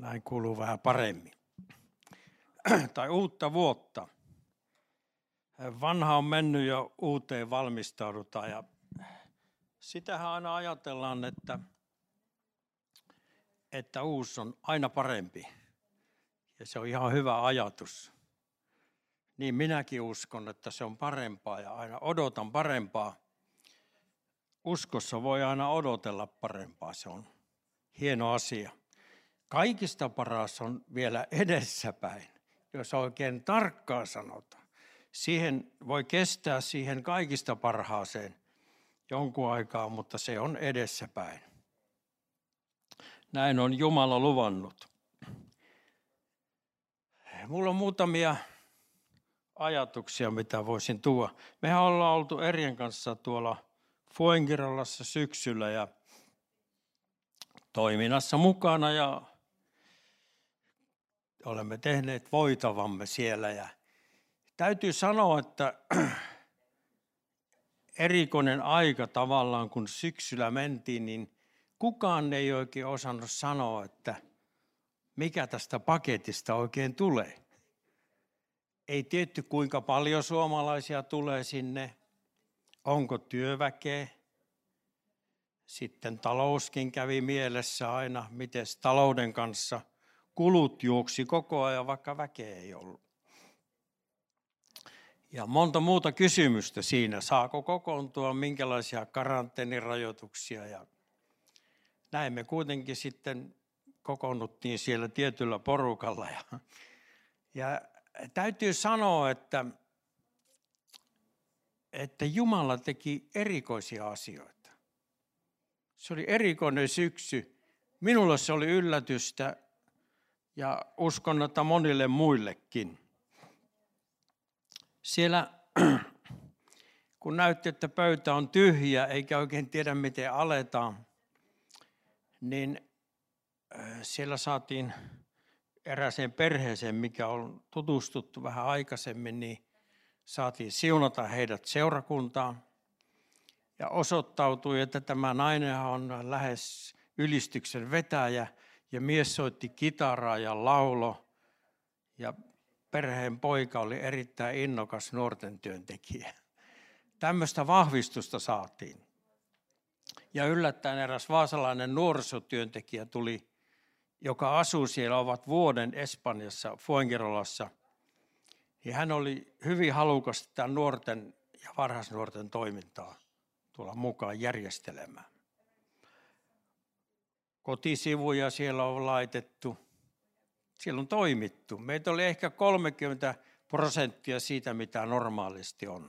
Näin kuuluu vähän paremmin. Tai uutta vuotta. Vanha on mennyt ja uuteen valmistaudutaan. Ja sitähän aina ajatellaan, että uusi on aina parempi. Ja se on ihan hyvä ajatus. Niin minäkin uskon, että se on parempaa ja aina odotan parempaa. Uskossa voi aina odotella parempaa, se on hieno asia. Kaikista paras on vielä edessäpäin, jos oikein tarkkaan sanotaan. Siihen voi kestää siihen kaikista parhaaseen jonkun aikaa, mutta se on edessäpäin. Näin on Jumala luvannut. Mulla on muutamia ajatuksia, mitä voisin tuoda. Mehän ollaan oltu Erjen kanssa tuolla Fuengirolassa syksyllä ja toiminnassa mukana ja olemme tehneet voitavamme siellä. Ja täytyy sanoa, että erikoinen aika tavallaan, kun syksyllä mentiin, niin kukaan ei oikein osannut sanoa, että mikä tästä paketista oikein tulee. Ei tiedetty, kuinka paljon suomalaisia tulee sinne, onko työväkeä. Sitten talouskin kävi mielessä aina, miten talouden kanssa kulut juoksi koko ajan, vaikka väkeä ei ollut. Ja monta muuta kysymystä siinä, saako kokoontua, minkälaisia karanteenirajoituksia. Ja näin me kuitenkin sitten kokoonnuttiin siellä tietyllä porukalla. Ja täytyy sanoa, että Jumala teki erikoisia asioita. Se oli erikoinen syksy. Minulle se oli yllätystä ja uskon, että monille muillekin. Siellä, kun näytti, että pöytä on tyhjä eikä oikein tiedä, miten aletaan, niin siellä saatiin erääseen perheeseen, mikä on tutustuttu vähän aikaisemmin, niin saatiin siunata heidät seurakuntaan. Ja osoittautui, että tämä nainen on lähes ylistyksen vetäjä ja mies soitti kitaraa ja laulo. Ja perheen poika oli erittäin innokas nuorten työntekijä. Tämmöistä vahvistusta saatiin. Ja yllättäen eräs vaasalainen nuorisotyöntekijä tuli, joka asuu siellä, ovat vuoden Espanjassa, Fuengirolassa. Ja hän oli hyvin halukas tätä nuorten ja varhaisnuorten toimintaa tulla mukaan järjestelemään. Kotisivuja siellä on laitettu. Siellä on toimittu. Meitä oli ehkä 30% siitä, mitä normaalisti on.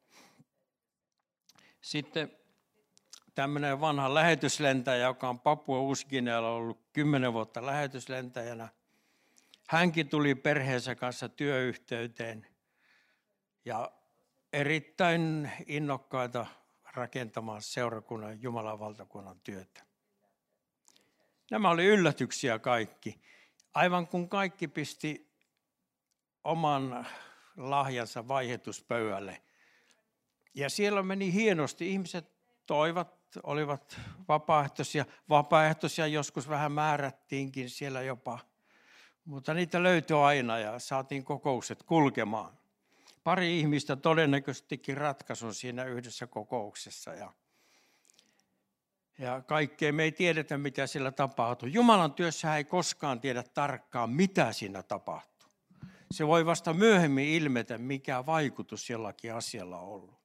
Sitten tämmöinen vanha lähetyslentäjä, joka on Papua Uus-Guinealla ollut 10 vuotta lähetyslentäjänä. Hänkin tuli perheensä kanssa työyhteyteen ja erittäin innokkaita rakentamaan seurakunnan Jumalan valtakunnan työtä. Nämä oli yllätyksiä kaikki. Aivan kun kaikki pisti oman lahjansa vaihetuspöydälle. Ja siellä meni hienosti. Ihmiset olivat vapaaehtoisia. Vapaaehtoisia joskus vähän määrättiinkin siellä jopa. Mutta niitä löytyi aina ja saatiin kokoukset kulkemaan. Pari ihmistä todennäköisesti teki ratkaisun siinä yhdessä kokouksessa. Ja kaikkea me ei tiedetä, mitä siellä tapahtuu. Jumalan työssä ei koskaan tiedä tarkkaan, mitä siinä tapahtuu. Se voi vasta myöhemmin ilmetä, mikä vaikutus jollakin asialla on ollut.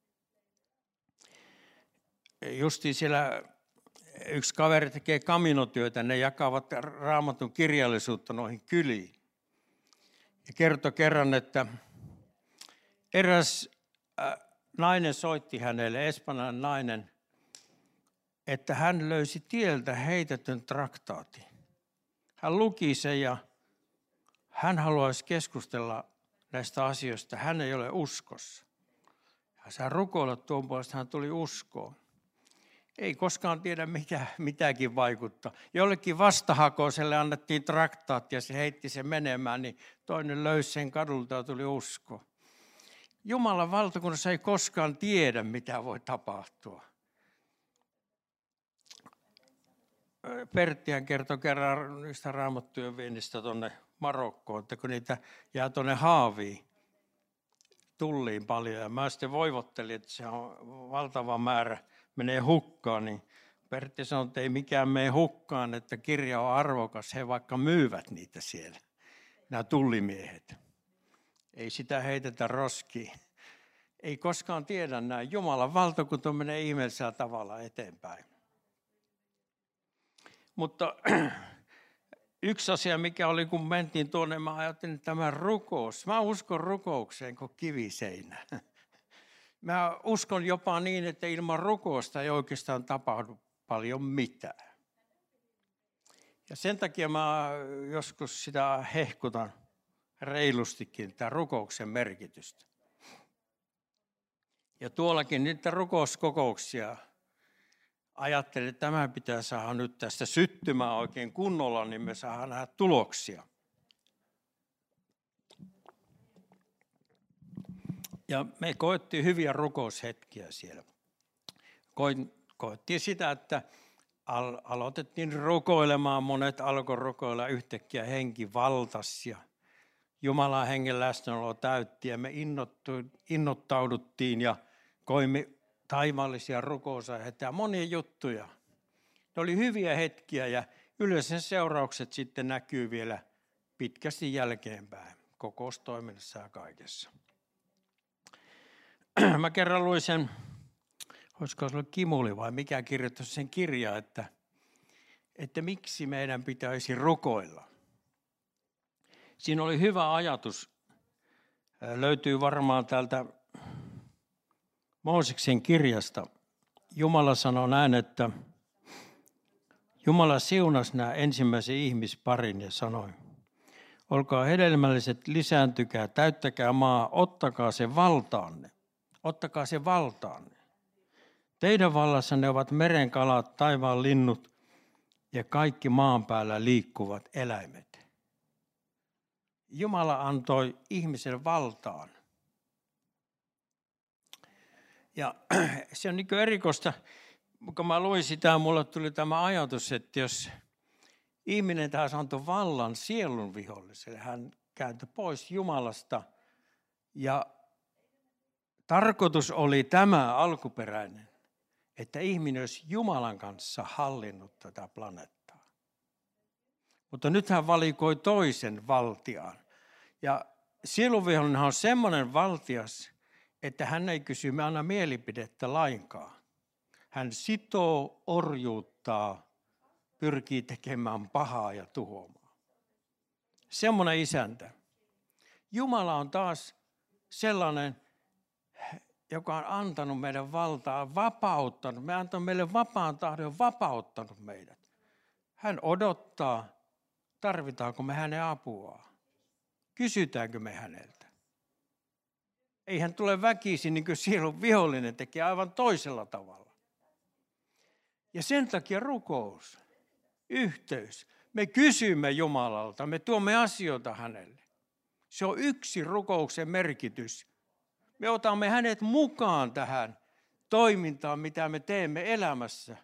Justiin siellä yksi kaveri tekee kaminotyötä, ne jakavat Raamatun kirjallisuutta noihin kyliin. Ja kertoi kerran, että eräs nainen soitti hänelle, espanjalainen nainen, että hän löysi tieltä heitetyn traktaatin. Hän luki sen ja hän haluaisi keskustella näistä asioista. Hän ei ole uskossa. Ja hän rukoilla tuon puolesta, hän tuli uskoon. Ei koskaan tiedä, mitäkin vaikuttaa. Jollekin vastahakoiselle annettiin traktaatti ja se heitti sen menemään, niin toinen löysi sen kadulta ja tuli usko. Jumalan valtakunnassa ei koskaan tiedä, mitä voi tapahtua. Perttihän kertoi kerran niistä raamattujen viennistä tuonne Marokkoon, että kun niitä jää tuonne haaviin tulliin paljon. Ja mä sitten voivottelin, että se on valtava määrä, menee hukkaan. Niin Pertti sanoi, että ei mikään mene hukkaan, että kirja on arvokas. He vaikka myyvät niitä siellä, nämä tullimiehet. Ei sitä heitetä roskiin. Ei koskaan tiedä näin. Jumalan valtakunta menee ihmeellisellä tavalla eteenpäin. Mutta yksi asia, mikä oli, kun mentiin tuonne, mä ajattelin, että tämä rukous. Mä uskon rukoukseen kuin kiviseinä. Mä uskon jopa niin, että ilman rukousta ei oikeastaan tapahdu paljon mitään. Ja sen takia mä joskus sitä hehkutan reilustikin, tämä rukouksen merkitystä. Ja tuollakin niitä rukouskokouksia ajattelin, että tämä pitää saada nyt tästä syttymään oikein kunnolla, niin me saadaan nähdä tuloksia. Ja me koettiin hyviä rukoushetkiä siellä. Koettiin sitä, että aloitettiin rukoilemaan, monet alkoi rukoilla yhtäkkiä henki valtasi ja Jumalan hengen läsnäolo täytti ja me innoittauduttiin ja koimme taivaallisia rukousaiheita ja monia juttuja. Ne oli hyviä hetkiä ja yleensä seuraukset sitten näkyy vielä pitkästi jälkeenpäin kokoustoiminnassa ja kaikessa. Mä kerran luin sen, olisiko se ollut Kimuli vai mikä kirjoitti sen kirjaa, että miksi meidän pitäisi rukoilla. Siinä oli hyvä ajatus, löytyy varmaan täältä Mooseksen kirjasta. Jumala sanoi näin, että Jumala siunasi nämä ensimmäisen ihmisparin ja sanoi, olkaa hedelmälliset, lisääntykää, täyttäkää maa, ottakaa se valtaanne. Ottakaa se valtaanne. Teidän vallassanne ovat merenkalat, taivaan linnut ja kaikki maan päällä liikkuvat eläimet. Jumala antoi ihmisen valtaan. Ja se on niin kuin erikoista, kun mä luin sitä, mulle tuli tämä ajatus, että jos ihminen taas antoi vallan sielun viholliselle, hän kääntyi pois Jumalasta ja tarkoitus oli tämä alkuperäinen, että ihminen olisi Jumalan kanssa hallinnut tätä planeettaa. Mutta nyt hän valikoi toisen valtiaan. Ja sielunvihollinen on semmoinen valtias, että hän ei kysy me anna mielipidettä lainkaan. Hän sitoo, orjuuttaa, pyrkii tekemään pahaa ja tuhoamaan. Semmoinen isäntä. Jumala on taas sellainen, joka on antanut meidän valtaa, vapauttanut. Me antoi meille vapaan tahdon, vapauttanut meidät. Hän odottaa, tarvitaanko me hänen apuaan. Kysytäänkö me häneltä. Ei hän tule väkisin, niin kuin sielun vihollinen tekee aivan toisella tavalla. Ja sen takia rukous, yhteys. Me kysymme Jumalalta, me tuomme asioita hänelle. Se on yksi rukouksen merkitys. Me otamme hänet mukaan tähän toimintaan, mitä me teemme elämässä.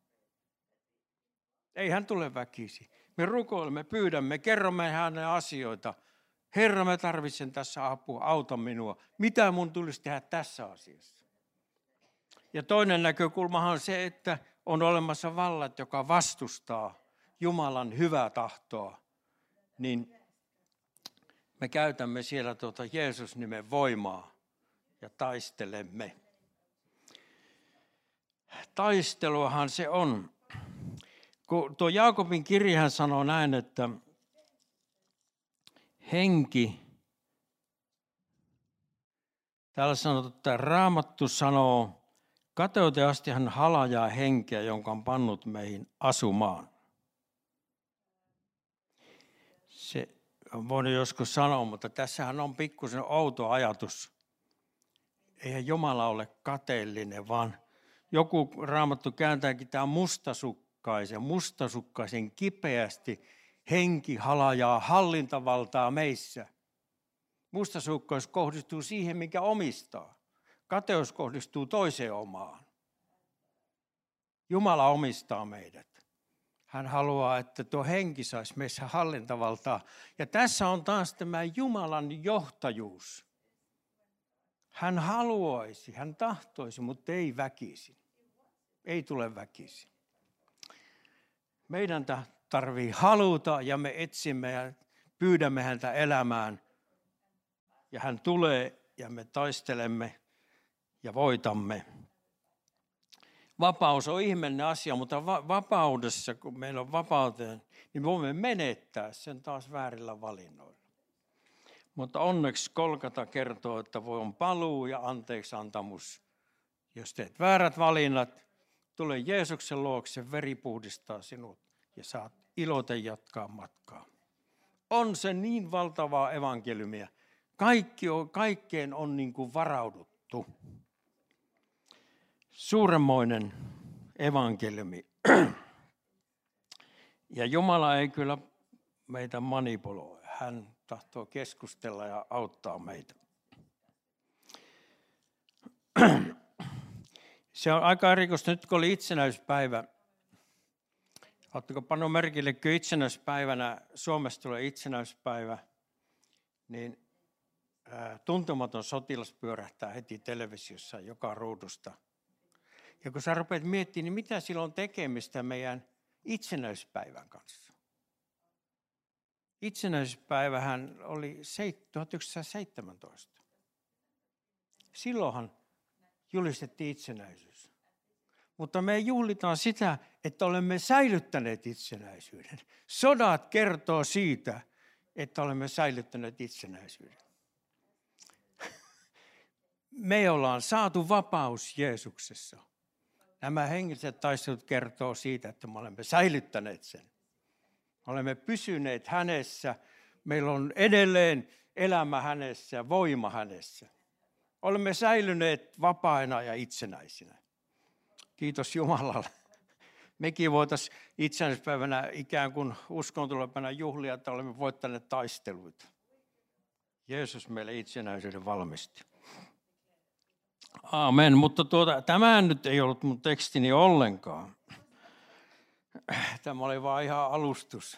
Ei hän tule väkisin. Me rukoilemme, pyydämme, kerromme hänen asioita. Herra, mä tarvitsen tässä apua, auta minua. Mitä mun tulisi tehdä tässä asiassa? Ja toinen näkökulmahan on se, että on olemassa vallat, joka vastustaa Jumalan hyvää tahtoa. Niin me käytämme siellä Jeesus-nimen voimaa ja taistelemme. Taisteluahan se on. Kun tuo Jaakobin kirjahan sanoo näin, että henki, täällä sanotaan, että Raamattu sanoo, kateuteen asti hän halajaa henkeä, jonka on pannut meihin asumaan. Se on voinut joskus sanoa, mutta tässähän on pikkusen outo ajatus. Eihän Jumala ole kateellinen, vaan joku Raamattu kääntääkin tämä mustasukkaisen kipeästi. Henki halajaa hallintavaltaa meissä. Mustasukkaus kohdistuu siihen, mikä omistaa. Kateus kohdistuu toiseen omaan. Jumala omistaa meidät. Hän haluaa, että tuo henki saisi meissä hallintavaltaa. Ja tässä on taas tämä Jumalan johtajuus. Hän haluaisi, hän tahtoisi, mutta ei väkisin. Ei tule väkisin. Meidän tarvii haluta ja me etsimme ja pyydämme häntä elämään. Ja hän tulee ja me taistelemme ja voitamme. Vapaus on ihmeellinen asia, mutta vapaudessa, kun meillä on vapauteen, niin voimme menettää sen taas väärillä valinnoilla. Mutta onneksi Golgata kertoo, että on paluu ja anteeksiantamus. Jos teet väärät valinnat, tule Jeesuksen luokse, veri puhdistaa sinut ja saat iloten jatkaa matkaa. On se niin valtavaa evankeliumia. Kaikkeen on niin kuin varauduttu. Suuremmoinen evankeliumi. Ja Jumala ei kyllä meitä manipuloi. Hän tahtoo keskustella ja auttaa meitä. Se on aika erikoista nyt, kun oli itsenäisyyspäivä. Oletteko pannut merkille, kun itsenäisyyspäivänä Suomessa tulee itsenäisyyspäivä, niin tuntematon sotilas pyörähtää heti televisiossa joka ruudusta. Ja kun sä rupeat miettimään, niin mitä sillä on tekemistä meidän itsenäisyyspäivän kanssa? Itsenäisyyspäivähän oli 1917. Silloinhan julistettiin itsenäisyys. Mutta me juhlitaan sitä, että olemme säilyttäneet itsenäisyyden. Sodat kertoo siitä, että olemme säilyttäneet itsenäisyyden. Me ollaan saatu vapaus Jeesuksessa. Nämä hengelliset taistelut kertoo siitä, että me olemme säilyttäneet sen. Olemme pysyneet hänessä. Meillä on edelleen elämä hänessä ja voima hänessä. Olemme säilyneet vapaina ja itsenäisinä. Kiitos Jumalalle. Mekin voitaisiin itsenäisyyspäivänä ikään kuin uskontopäivänä juhlia, että olemme voittaneet taisteluita. Jeesus meille itsenäisyyden valmisti. Aamen, mutta tämä nyt ei ollut mun tekstini ollenkaan. Tämä oli vaan ihan alustus.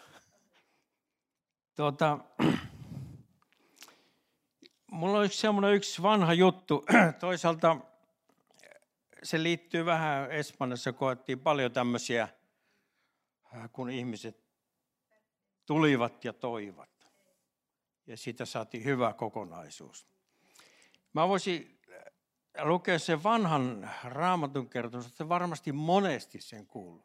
Mulla on yksi vanha juttu. Toisaalta se liittyy vähän, Espanjassa koettiin paljon tämmöisiä, kun ihmiset tulivat ja toivat. Ja siitä saatiin hyvä kokonaisuus. Mä voisin lukea sen vanhan Raamatun kertomus, että varmasti monesti sen kuullut.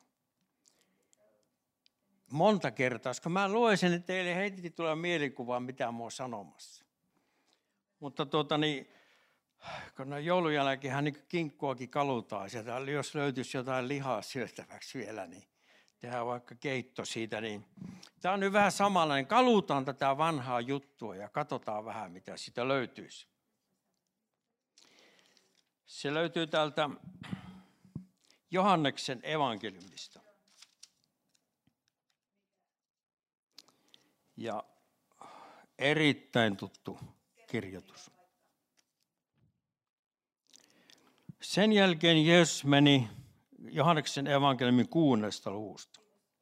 Monta kertaa, koska mä luen sen, että teille heti tulee mielikuva, mitä mä oon sanomassa. Mutta kun joulun jälkeen niin kinkkuakin kalutaan sieltä, jos löytyisi jotain lihaa syötäväksi vielä, niin tehdään vaikka keitto siitä. Niin. Tämä on nyt vähän samanlainen. Kalutaan tätä vanhaa juttua ja katsotaan vähän, mitä siitä löytyisi. Se löytyy täältä Johanneksen evankeliumista. Ja erittäin tuttu kirjoitus. Sen jälkeen Jeesus meni Johanneksen evankeliumin 6. luvusta.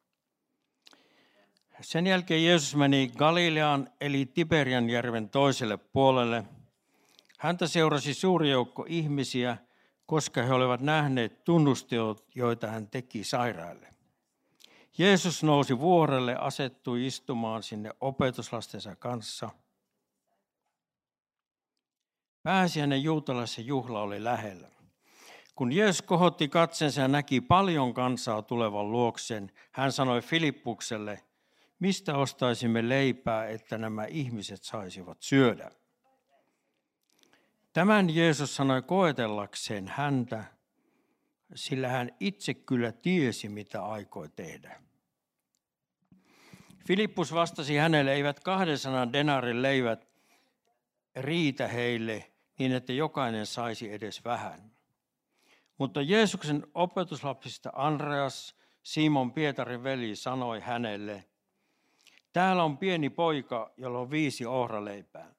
Sen jälkeen Jeesus meni Galileaan eli Tiberianjärven toiselle puolelle. Häntä seurasi suuri joukko ihmisiä, koska he olivat nähneet tunnusteot, joita hän teki sairaille. Jeesus nousi vuorelle, asettui istumaan sinne opetuslastensa kanssa. Pääsiäinen juutalaisen juhla oli lähellä. Kun Jeesus kohotti katsensa ja näki paljon kansaa tulevan luokseen, hän sanoi Filippukselle, mistä ostaisimme leipää, että nämä ihmiset saisivat syödä. Tämän Jeesus sanoi koetellakseen häntä, sillä hän itse kyllä tiesi, mitä aikoi tehdä. Filippus vastasi hänelle, eivät 200 denarin leivät riitä heille niin, että jokainen saisi edes vähän. Mutta Jeesuksen opetuslapsista Andreas, Simon Pietarin veli, sanoi hänelle, täällä on pieni poika, jolla on 5 ohraleipää.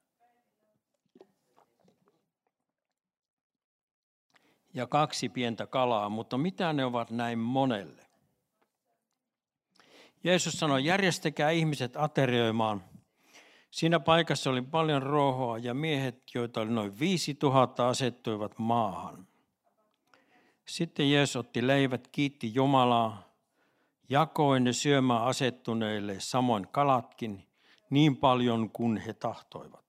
Ja 2 pientä kalaa, mutta mitä ne ovat näin monelle? Jeesus sanoi, järjestäkää ihmiset aterioimaan. Siinä paikassa oli paljon ruohoa ja miehet, joita oli noin 5000, asettuivat maahan. Sitten Jeesus otti leivät, kiitti Jumalaa, jakoi ne syömään asettuneille, samoin kalatkin, niin paljon kuin he tahtoivat.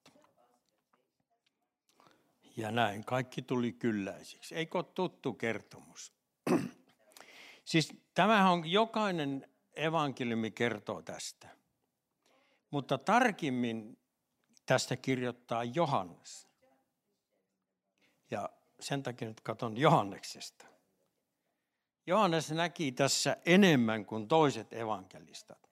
Ja näin kaikki tuli kylläisiksi. Eikö ole tuttu kertomus? Siis tämähän on, jokainen evankeliumi kertoo tästä. Mutta tarkemmin tästä kirjoittaa Johannes. Ja sen takia nyt katson Johanneksesta. Johannes näki tässä enemmän kuin toiset evankelistat.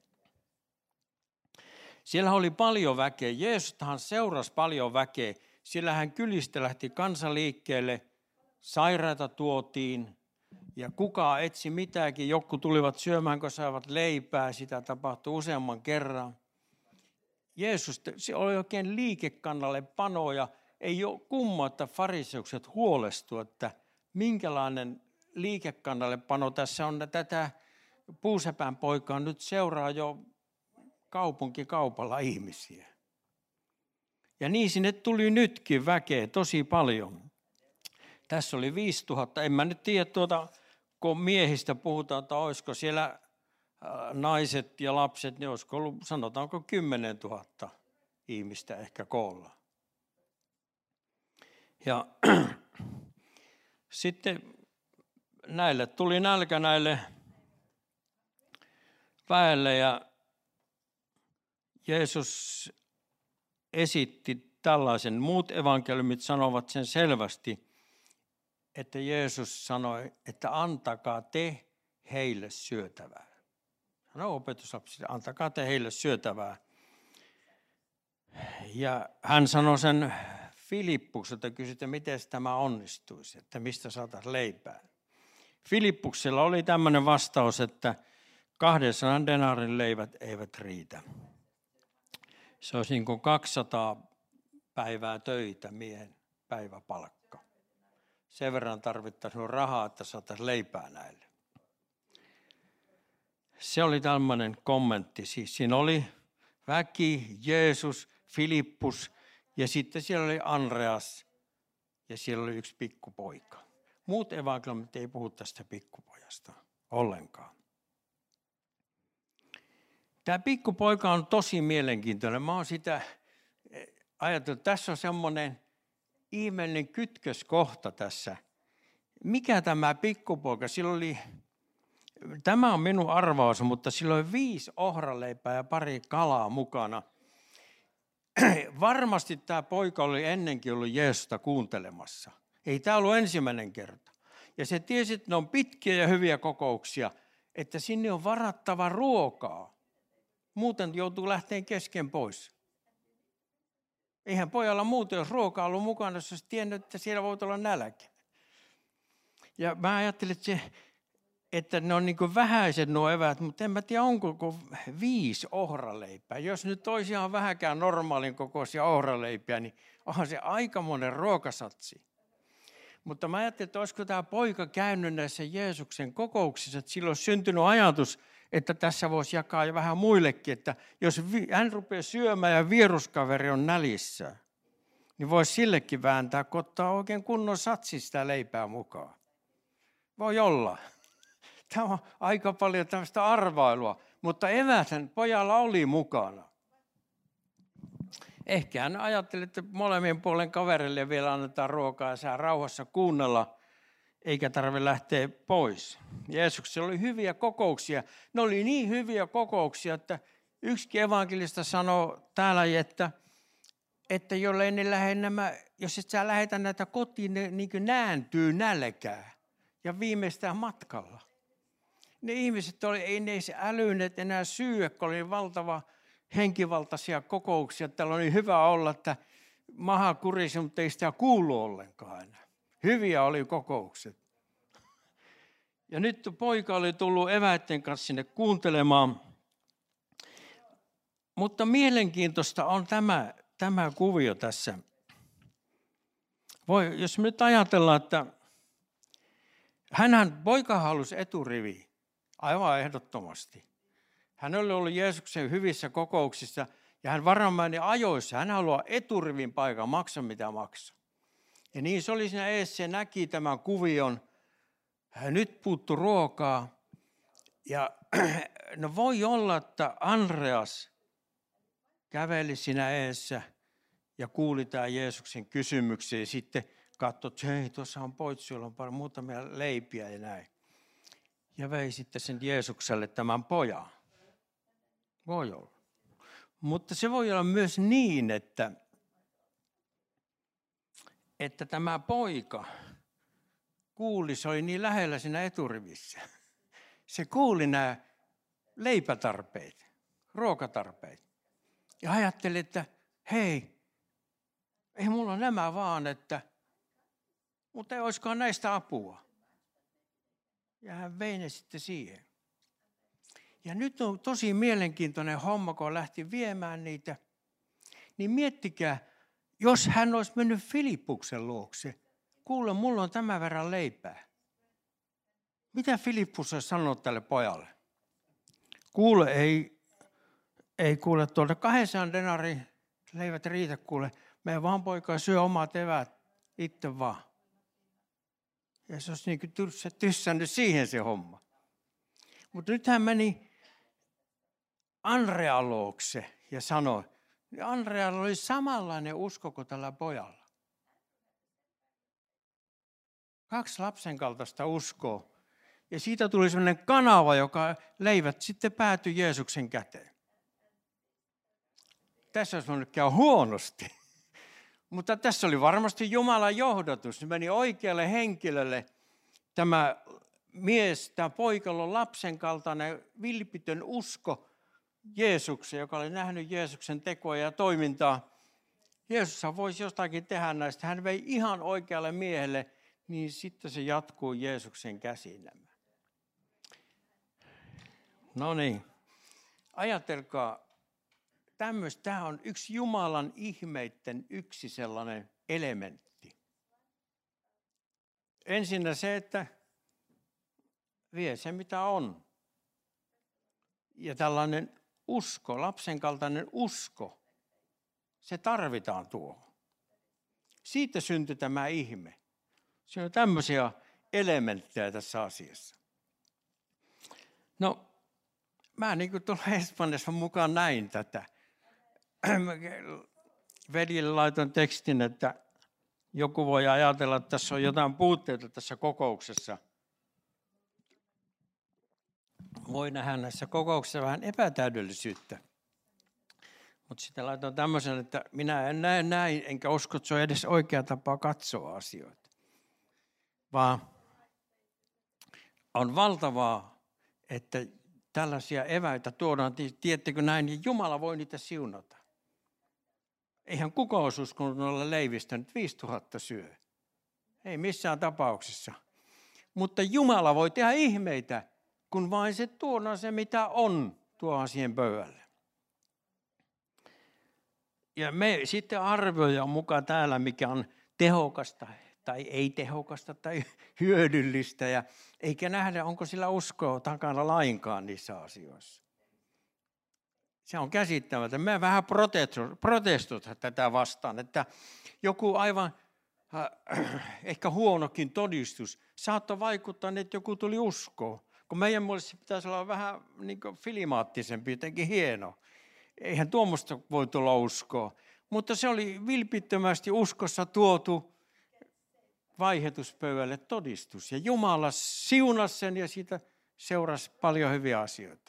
Siellä oli paljon väkeä. Jeesustahan seurasi paljon väkeä. Sillä hän kylistä lähti kansa liikkeelle, sairaita tuotiin ja kuka etsi mitäkin. Jotkut tulivat syömään, kun saivat leipää. Sitä tapahtui useamman kerran. Jeesus, se oli oikein liikekannalle pano ja ei ole kumma, että fariseukset huolestuivat, että minkälainen liikekannalle pano tässä on. Tätä puusepän poikaa nyt seuraa jo kaupunkikaupalla ihmisiä. Ja niin sinne tuli nytkin väkeä tosi paljon. Tässä oli 5000. En mä nyt tiedä, kun miehistä puhutaan, että olisiko siellä naiset ja lapset, niin olisiko ollut, sanotaanko 10 000 ihmistä ehkä koolla. Ja sitten näille tuli nälkä näille väelle ja Jeesus esitti tällaisen. Muut evankeliumit sanovat sen selvästi, että Jeesus sanoi, että antakaa te heille syötävää. No opetuslapsille, antakaa te heille syötävää. Ja hän sanoi sen Filippukselta, kysyi, että miten tämä onnistuisi, että mistä saataisiin leipää. Filippuksella oli tämmöinen vastaus, että 200 denaarin leivät eivät riitä. Se olisi niin kuin 200 päivää töitä miehen päiväpalkka. Sen verran tarvittaisiin rahaa, että saataisiin leipää näille. Se oli tämmöinen kommentti. Siis siinä oli väki, Jeesus, Filippus ja sitten siellä oli Andreas ja siellä oli yksi pikkupoika. Muut evankeliumit ei puhu tästä pikkupojasta ollenkaan. Tämä pikkupoika on tosi mielenkiintoinen. Mä oon sitä ajatellut, että tässä on semmoinen ihmeellinen kytköskohta tässä. Mikä tämä pikkupoika? Tämä on minun arvaus, mutta sillä oli 5 ohraleipää ja pari kalaa mukana. Varmasti tämä poika oli ennenkin ollut Jeesusta kuuntelemassa. Ei tämä ollut ensimmäinen kerta. Ja se tiesi, että ne on pitkiä ja hyviä kokouksia, että sinne on varattava ruokaa. Muuten joutuu lähteen kesken pois. Eihän pojalla muuten, jos ruokaa ollut mukana, jos olisi tiennyt, että siellä voi olla nälkä. Ja mä ajattelin, että ne on niin kuin vähäiset nuo eväät, mutta en mä tiedä, onko 5 ohraleipää. Jos nyt olisi ihan vähäkään normaalin kokoisia ohraleipiä, niin onhan se aikamoinen ruokasatsi. Mutta mä ajattelin, että olisiko tämä poika käynyt näissä Jeesuksen kokouksissa, että sillä olisi syntynyt ajatus, että tässä voisi jakaa vähän muillekin, että jos hän rupeaa syömään ja vieruskaveri on nälissä, niin voisi sillekin vääntää, kun ottaa oikein kunnon satsi sitä leipää mukaan. Voi olla. Tämä on aika paljon tämmöistä arvailua, mutta eväthän pojalla oli mukana. Ehkä hän ajatteli, että molemmien puolen kaverille vielä annetaan ruokaa ja saa rauhassa kuunnella, eikä tarvitse lähteä pois. Jeesuksella oli hyviä kokouksia. Ne oli niin hyviä kokouksia, että yksikin evankelista sanoo täällä, että jollei ne jos et sä lähetä näitä kotiin, ne niin kuin nääntyy nälkää ja viimeistään matkalla. Ne ihmiset ei ne älyneet enää syödä, kun oli valtava henkivaltaisia kokouksia. Täällä oli hyvä olla, että maha kurisi, mutta ei sitä kuulu ollenkaan enää. Hyviä oli kokoukset. Ja nyt poika oli tullut eväitten kanssa sinne kuuntelemaan. Mutta mielenkiintoista on tämä kuvio tässä. Jos me nyt ajatellaan, että poika halusi eturiviin aivan ehdottomasti. Hän oli ollut Jeesuksen hyvissä kokouksissa ja hän varmaan meni ajoissa. Hän haluaa eturivin paikan, maksa mitä maksaa. Ja niin se oli siinä eessä, se näki tämän kuvion. Nyt puuttu ruokaa. Ja no voi olla, että Andreas käveli siinä eessä ja kuuli tämän Jeesuksen kysymyksen ja sitten katsoi, että hei, tuossa on poitsi, jolla on muutamia leipiä ja näin. Ja vei sitten sen Jeesukselle tämän pojan. Voi olla. Mutta se voi olla myös niin, että tämä poika kuuli, se oli niin lähellä siinä eturivissä. Se kuuli nämä leipätarpeet, ruokatarpeet. Ja ajatteli, että hei, ei mulla nämä vaan, mutta ei olisikaan näistä apua. Ja hän vei ne sitten siihen. Ja nyt on tosi mielenkiintoinen homma, kun lähti viemään niitä. Niin miettikää, jos hän olisi mennyt Filippuksen luokse. Kuule, mulla on tämän verran leipää. Mitä Filippus olisi sanonut tälle pojalle? Kuule, ei kuule tuolta 200 denari leivät riitä kuule. Mene vaan poika syö omat eväät itse vaan. Ja se olisi niin kuin tyssännyt siihen se homma. Mutta nyt hän meni Andrean luokse ja sanoi, että Andrealla oli samanlainen usko kuin tällä pojalla. 2 lapsen kaltaista uskoa. Ja siitä tuli sellainen kanava, joka leivät sitten päätyi Jeesuksen käteen. Tässä olisi voinut käydä huonosti. Mutta tässä oli varmasti Jumalan johdatus. Se meni oikealle henkilölle. Tämä mies, tämä poikalla on lapsen kaltainen vilpitön usko Jeesukseen, joka oli nähnyt Jeesuksen tekoja ja toimintaa. Jeesus voisi jostakin tehdä näistä. Hän vei ihan oikealle miehelle, niin sitten se jatkuu Jeesuksen käsiin nämä. No niin, ajatelkaa, tämä on yksi Jumalan ihmeitten yksi sellainen elementti. Ensinnä se, että vie se mitä on. Ja tällainen usko, lapsen kaltainen usko, se tarvitaan tuohon. Siitä syntyi tämä ihme. Siinä on tämmöisiä elementtejä tässä asiassa. No, mä niin kuin tuolla Espanjassa mukaan näin tätä. Veljelle laitoin tekstin, että joku voi ajatella, että tässä on jotain puutteita tässä kokouksessa. Voi nähdä näissä kokouksissa vähän epätäydellisyyttä. Mutta sitten laitoin tämmöisen, että minä en näe näin, enkä usko, että se on edes oikea tapa katsoa asioita. Vaan on valtavaa, että tällaisia eväitä tuodaan, tiedättekö näin, niin Jumala voi niitä siunata. Eihän kukaan olisi uskonut olla leivistä, nyt 5000 syö. Ei missään tapauksessa. Mutta Jumala voi tehdä ihmeitä, kun vain se tuodaan se, mitä on, tuodaan siihen pöydälle. Ja me sitten arvioidaan mukaan täällä, mikä on tehokasta tai ei tehokasta tai hyödyllistä. Ja eikä nähdä, onko sillä uskoa takana lainkaan niissä asioissa. Se on käsittämätöntä. Me vähän protestoimme tätä vastaan, että joku aivan ehkä huonokin todistus saattoi vaikuttaa, että joku tuli uskoon. Kun meidän mielestä pitäisi olla vähän niin kuin filimaattisempi, jotenkin hieno. Eihän tuommoista voi tulla uskoa. Mutta se oli vilpittömästi uskossa tuotu vaihetuspöydälle todistus. Ja Jumala siunasi sen ja siitä seurasi paljon hyviä asioita.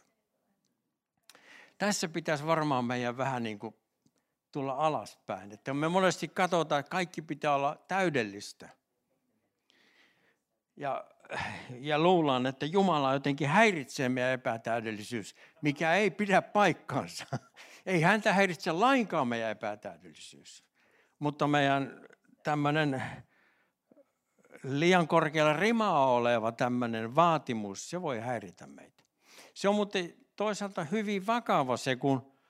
Tässä pitäisi varmaan meidän vähän niin kuin tulla alaspäin. Että me monesti katsotaan, että kaikki pitää olla täydellistä. Ja luullaan, että Jumala jotenkin häiritsee meidän epätäydellisyys, mikä ei pidä paikkaansa. Ei häntä häiritse lainkaan meidän epätäydellisyys. Mutta meidän tämmöinen liian korkealla rimaa oleva tämmöinen vaatimus, se voi häiritä meitä. Se on muuten toisaalta hyvin vakava se,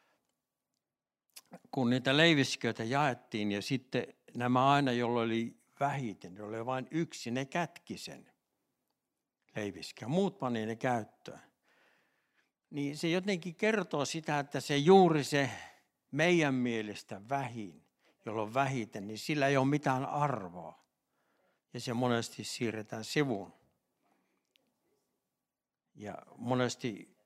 kun niitä leivisköitä jaettiin ja sitten nämä aina, joilla oli vähiten, joilla oli vain yksi, ne kätki sen leiviskön. Muut pani ne käyttöön. niin se jotenkin kertoo sitä, että se juuri se meidän mielestä vähin, jolloin vähiten, niin sillä ei ole mitään arvoa. Ja se monesti siirretään sivuun. Ja monesti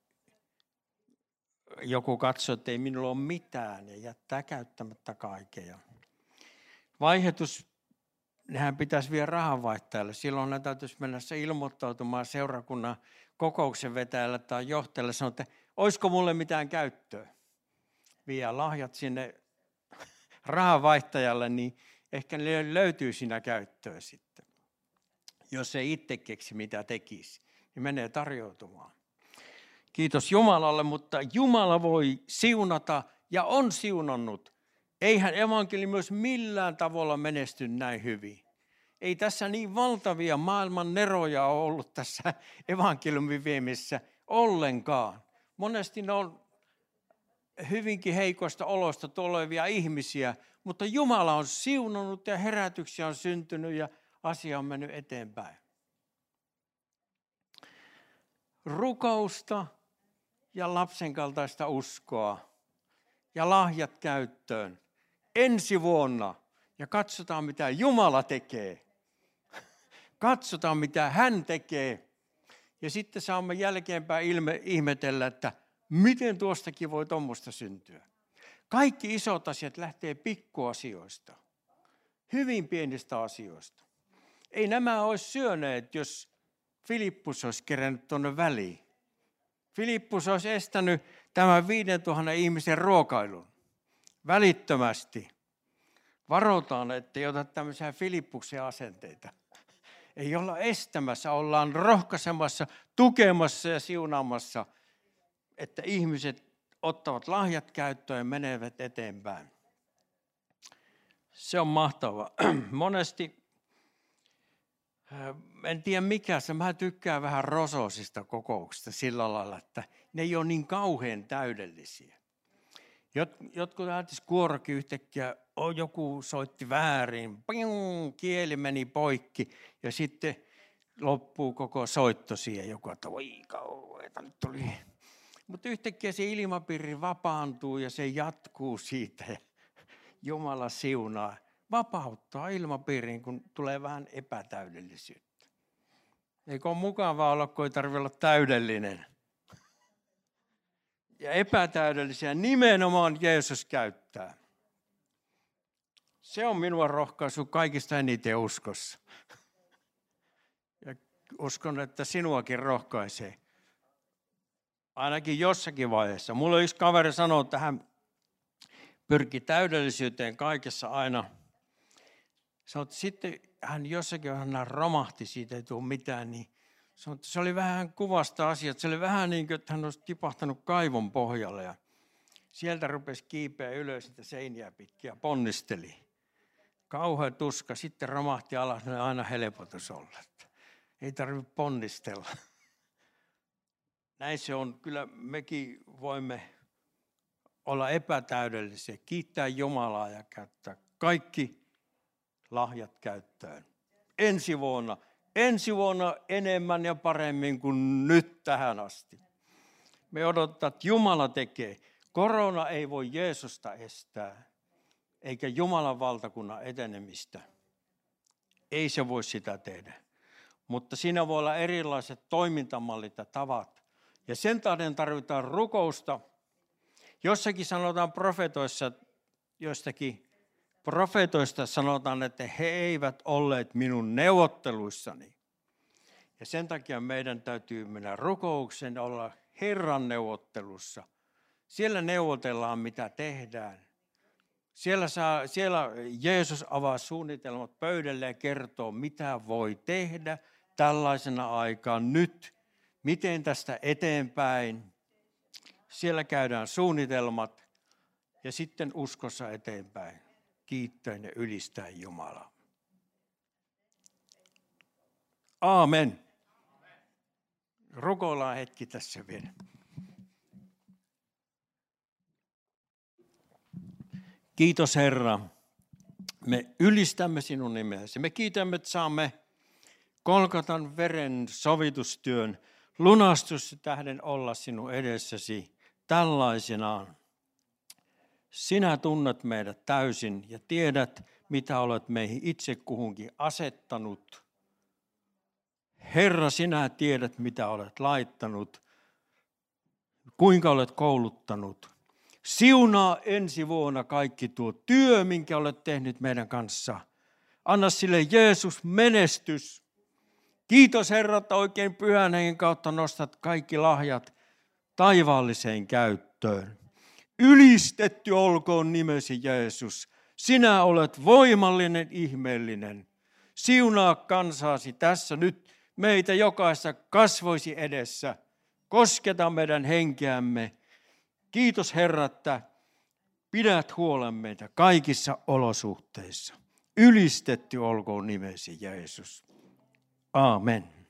joku katsoo, että ei minulla ole mitään ja jättää käyttämättä kaikkea. Vaihetus, nehän pitäisi vielä rahanvaihtajalle. Silloin ne täytyisi mennä se ilmoittautumaan seurakunnan kokouksen vetäjälle tai johtajalle. Sanoa, että olisiko mulle mitään käyttöä. Vie lahjat sinne rahanvaihtajalle, niin ehkä ne löytyy siinä käyttöä sitten. Jos ei itse keksi mitä tekisi, niin menee tarjoutumaan. Kiitos Jumalalle, mutta Jumala voi siunata ja on siunannut. Eihän evankeliumi myös millään tavalla menesty näin hyvin. Ei tässä niin valtavia maailman neroja ole ollut tässä evankeliumin viemissä ollenkaan. Monesti ne on hyvinkin heikoista oloista tulevia ihmisiä, mutta Jumala on siunannut ja herätyksiä on syntynyt ja asia on mennyt eteenpäin. Rukousta ja lapsen kaltaista uskoa ja lahjat käyttöön ensi vuonna ja katsotaan mitä Jumala tekee. Katsotaan mitä hän tekee ja sitten saamme jälkeenpäin ihmetellä, että miten tuostakin voi tuommoista syntyä. Kaikki isot asiat lähtee pikkuasioista, hyvin pienistä asioista. Ei nämä olisi syöneet, jos Filippus olisi kerännyt tuonne väliin. Filippus olisi estänyt tämän 5000 ihmisen ruokailun välittömästi. Varotaan, ettei ota tämmöisiä Filippuksen asenteita. Ei olla estämässä, ollaan rohkaisemassa, tukemassa ja siunaamassa, että ihmiset ottavat lahjat käyttöön ja menevät eteenpäin. Se on mahtavaa. Monesti, en tiedä mikä se, mä tykkään vähän rosoisista kokouksista sillä lailla, että ne ei ole niin kauhean täydellisiä. Jotkut ajattelisivat kuorokin yhtäkkiä, joku soitti väärin, kieli meni poikki ja sitten loppuu koko soitto siihen. Joku, että voi kauheeta, nyt tuli. Mutta yhtäkkiä se ilmapiiri vapaantuu ja se jatkuu siitä ja Jumala siunaa. Vapauttaa ilmapiiriin, kun tulee vähän epätäydellisyyttä. Eikö ole mukavaa olla, kun ei tarvitse olla täydellinen? Ja epätäydellisiä nimenomaan Jeesus käyttää. Se on minua rohkaisu kaikista eniten uskossa. Ja uskon, että sinuakin rohkaisee. Ainakin jossakin vaiheessa. Mulla yksi kaveri sanoi, että hän pyrki täydellisyyteen kaikessa aina. Sanoi, että sitten hän jossakin hän romahti, siitä ei tule mitään, niin sanoi, että se oli vähän kuvasta asiat. Se oli vähän niin kuin, että hän olisi tipahtanut kaivon pohjalle ja sieltä rupesi kiipeä ylös sitä seiniä pitkin ja ponnisteli. Kauhea tuska, sitten romahti alas, niin aina helpotus olla. Ei tarvitse ponnistella. Näin se on. Kyllä mekin voimme olla epätäydellisiä, kiittää Jumalaa ja käyttää kaikki lahjat käyttöön. Ensi vuonna enemmän ja paremmin kuin nyt tähän asti. Me odotetaan, että Jumala tekee. Korona ei voi Jeesusta estää, eikä Jumalan valtakunnan etenemistä. Ei se voi sitä tehdä. Mutta siinä voi olla erilaiset toimintamallit ja tavat. Ja sen tähden tarvitaan rukousta. Jossakin sanotaan joistakin profeetoista sanotaan, että he eivät olleet minun neuvotteluissani. Ja sen takia meidän täytyy mennä rukoukseen, olla Herran neuvottelussa. Siellä neuvotellaan, mitä tehdään. Siellä Jeesus avaa suunnitelmat pöydälle ja kertoo, mitä voi tehdä tällaisena aikaan nyt. Miten tästä eteenpäin. Siellä käydään suunnitelmat ja sitten uskossa eteenpäin. Kiittäen ja ylistäen Jumalaa. Aamen. Rukoillaan hetki tässä vielä. Kiitos Herra. Me ylistämme sinun nimesi. Me kiitämme, että saamme Golgatan veren sovitustyön lunastus tähden olla sinun edessäsi tällaisenaan. Sinä tunnet meidät täysin ja tiedät, mitä olet meihin itse kuhunkin asettanut. Herra, sinä tiedät, mitä olet laittanut, kuinka olet kouluttanut. Siunaa ensi vuonna kaikki tuo työ, minkä olet tehnyt meidän kanssa. Anna sille Jeesus menestys. Kiitos Herra, että oikein Pyhän Hengen kautta nostat kaikki lahjat taivaalliseen käyttöön. Ylistetty olkoon nimesi Jeesus. Sinä olet voimallinen, ihmeellinen. Siunaa kansaasi tässä nyt meitä jokaista kasvoisi edessä. Kosketa meidän henkeämme. Kiitos Herra, että pidät huolen meitä kaikissa olosuhteissa. Ylistetty olkoon nimesi Jeesus. Aamen.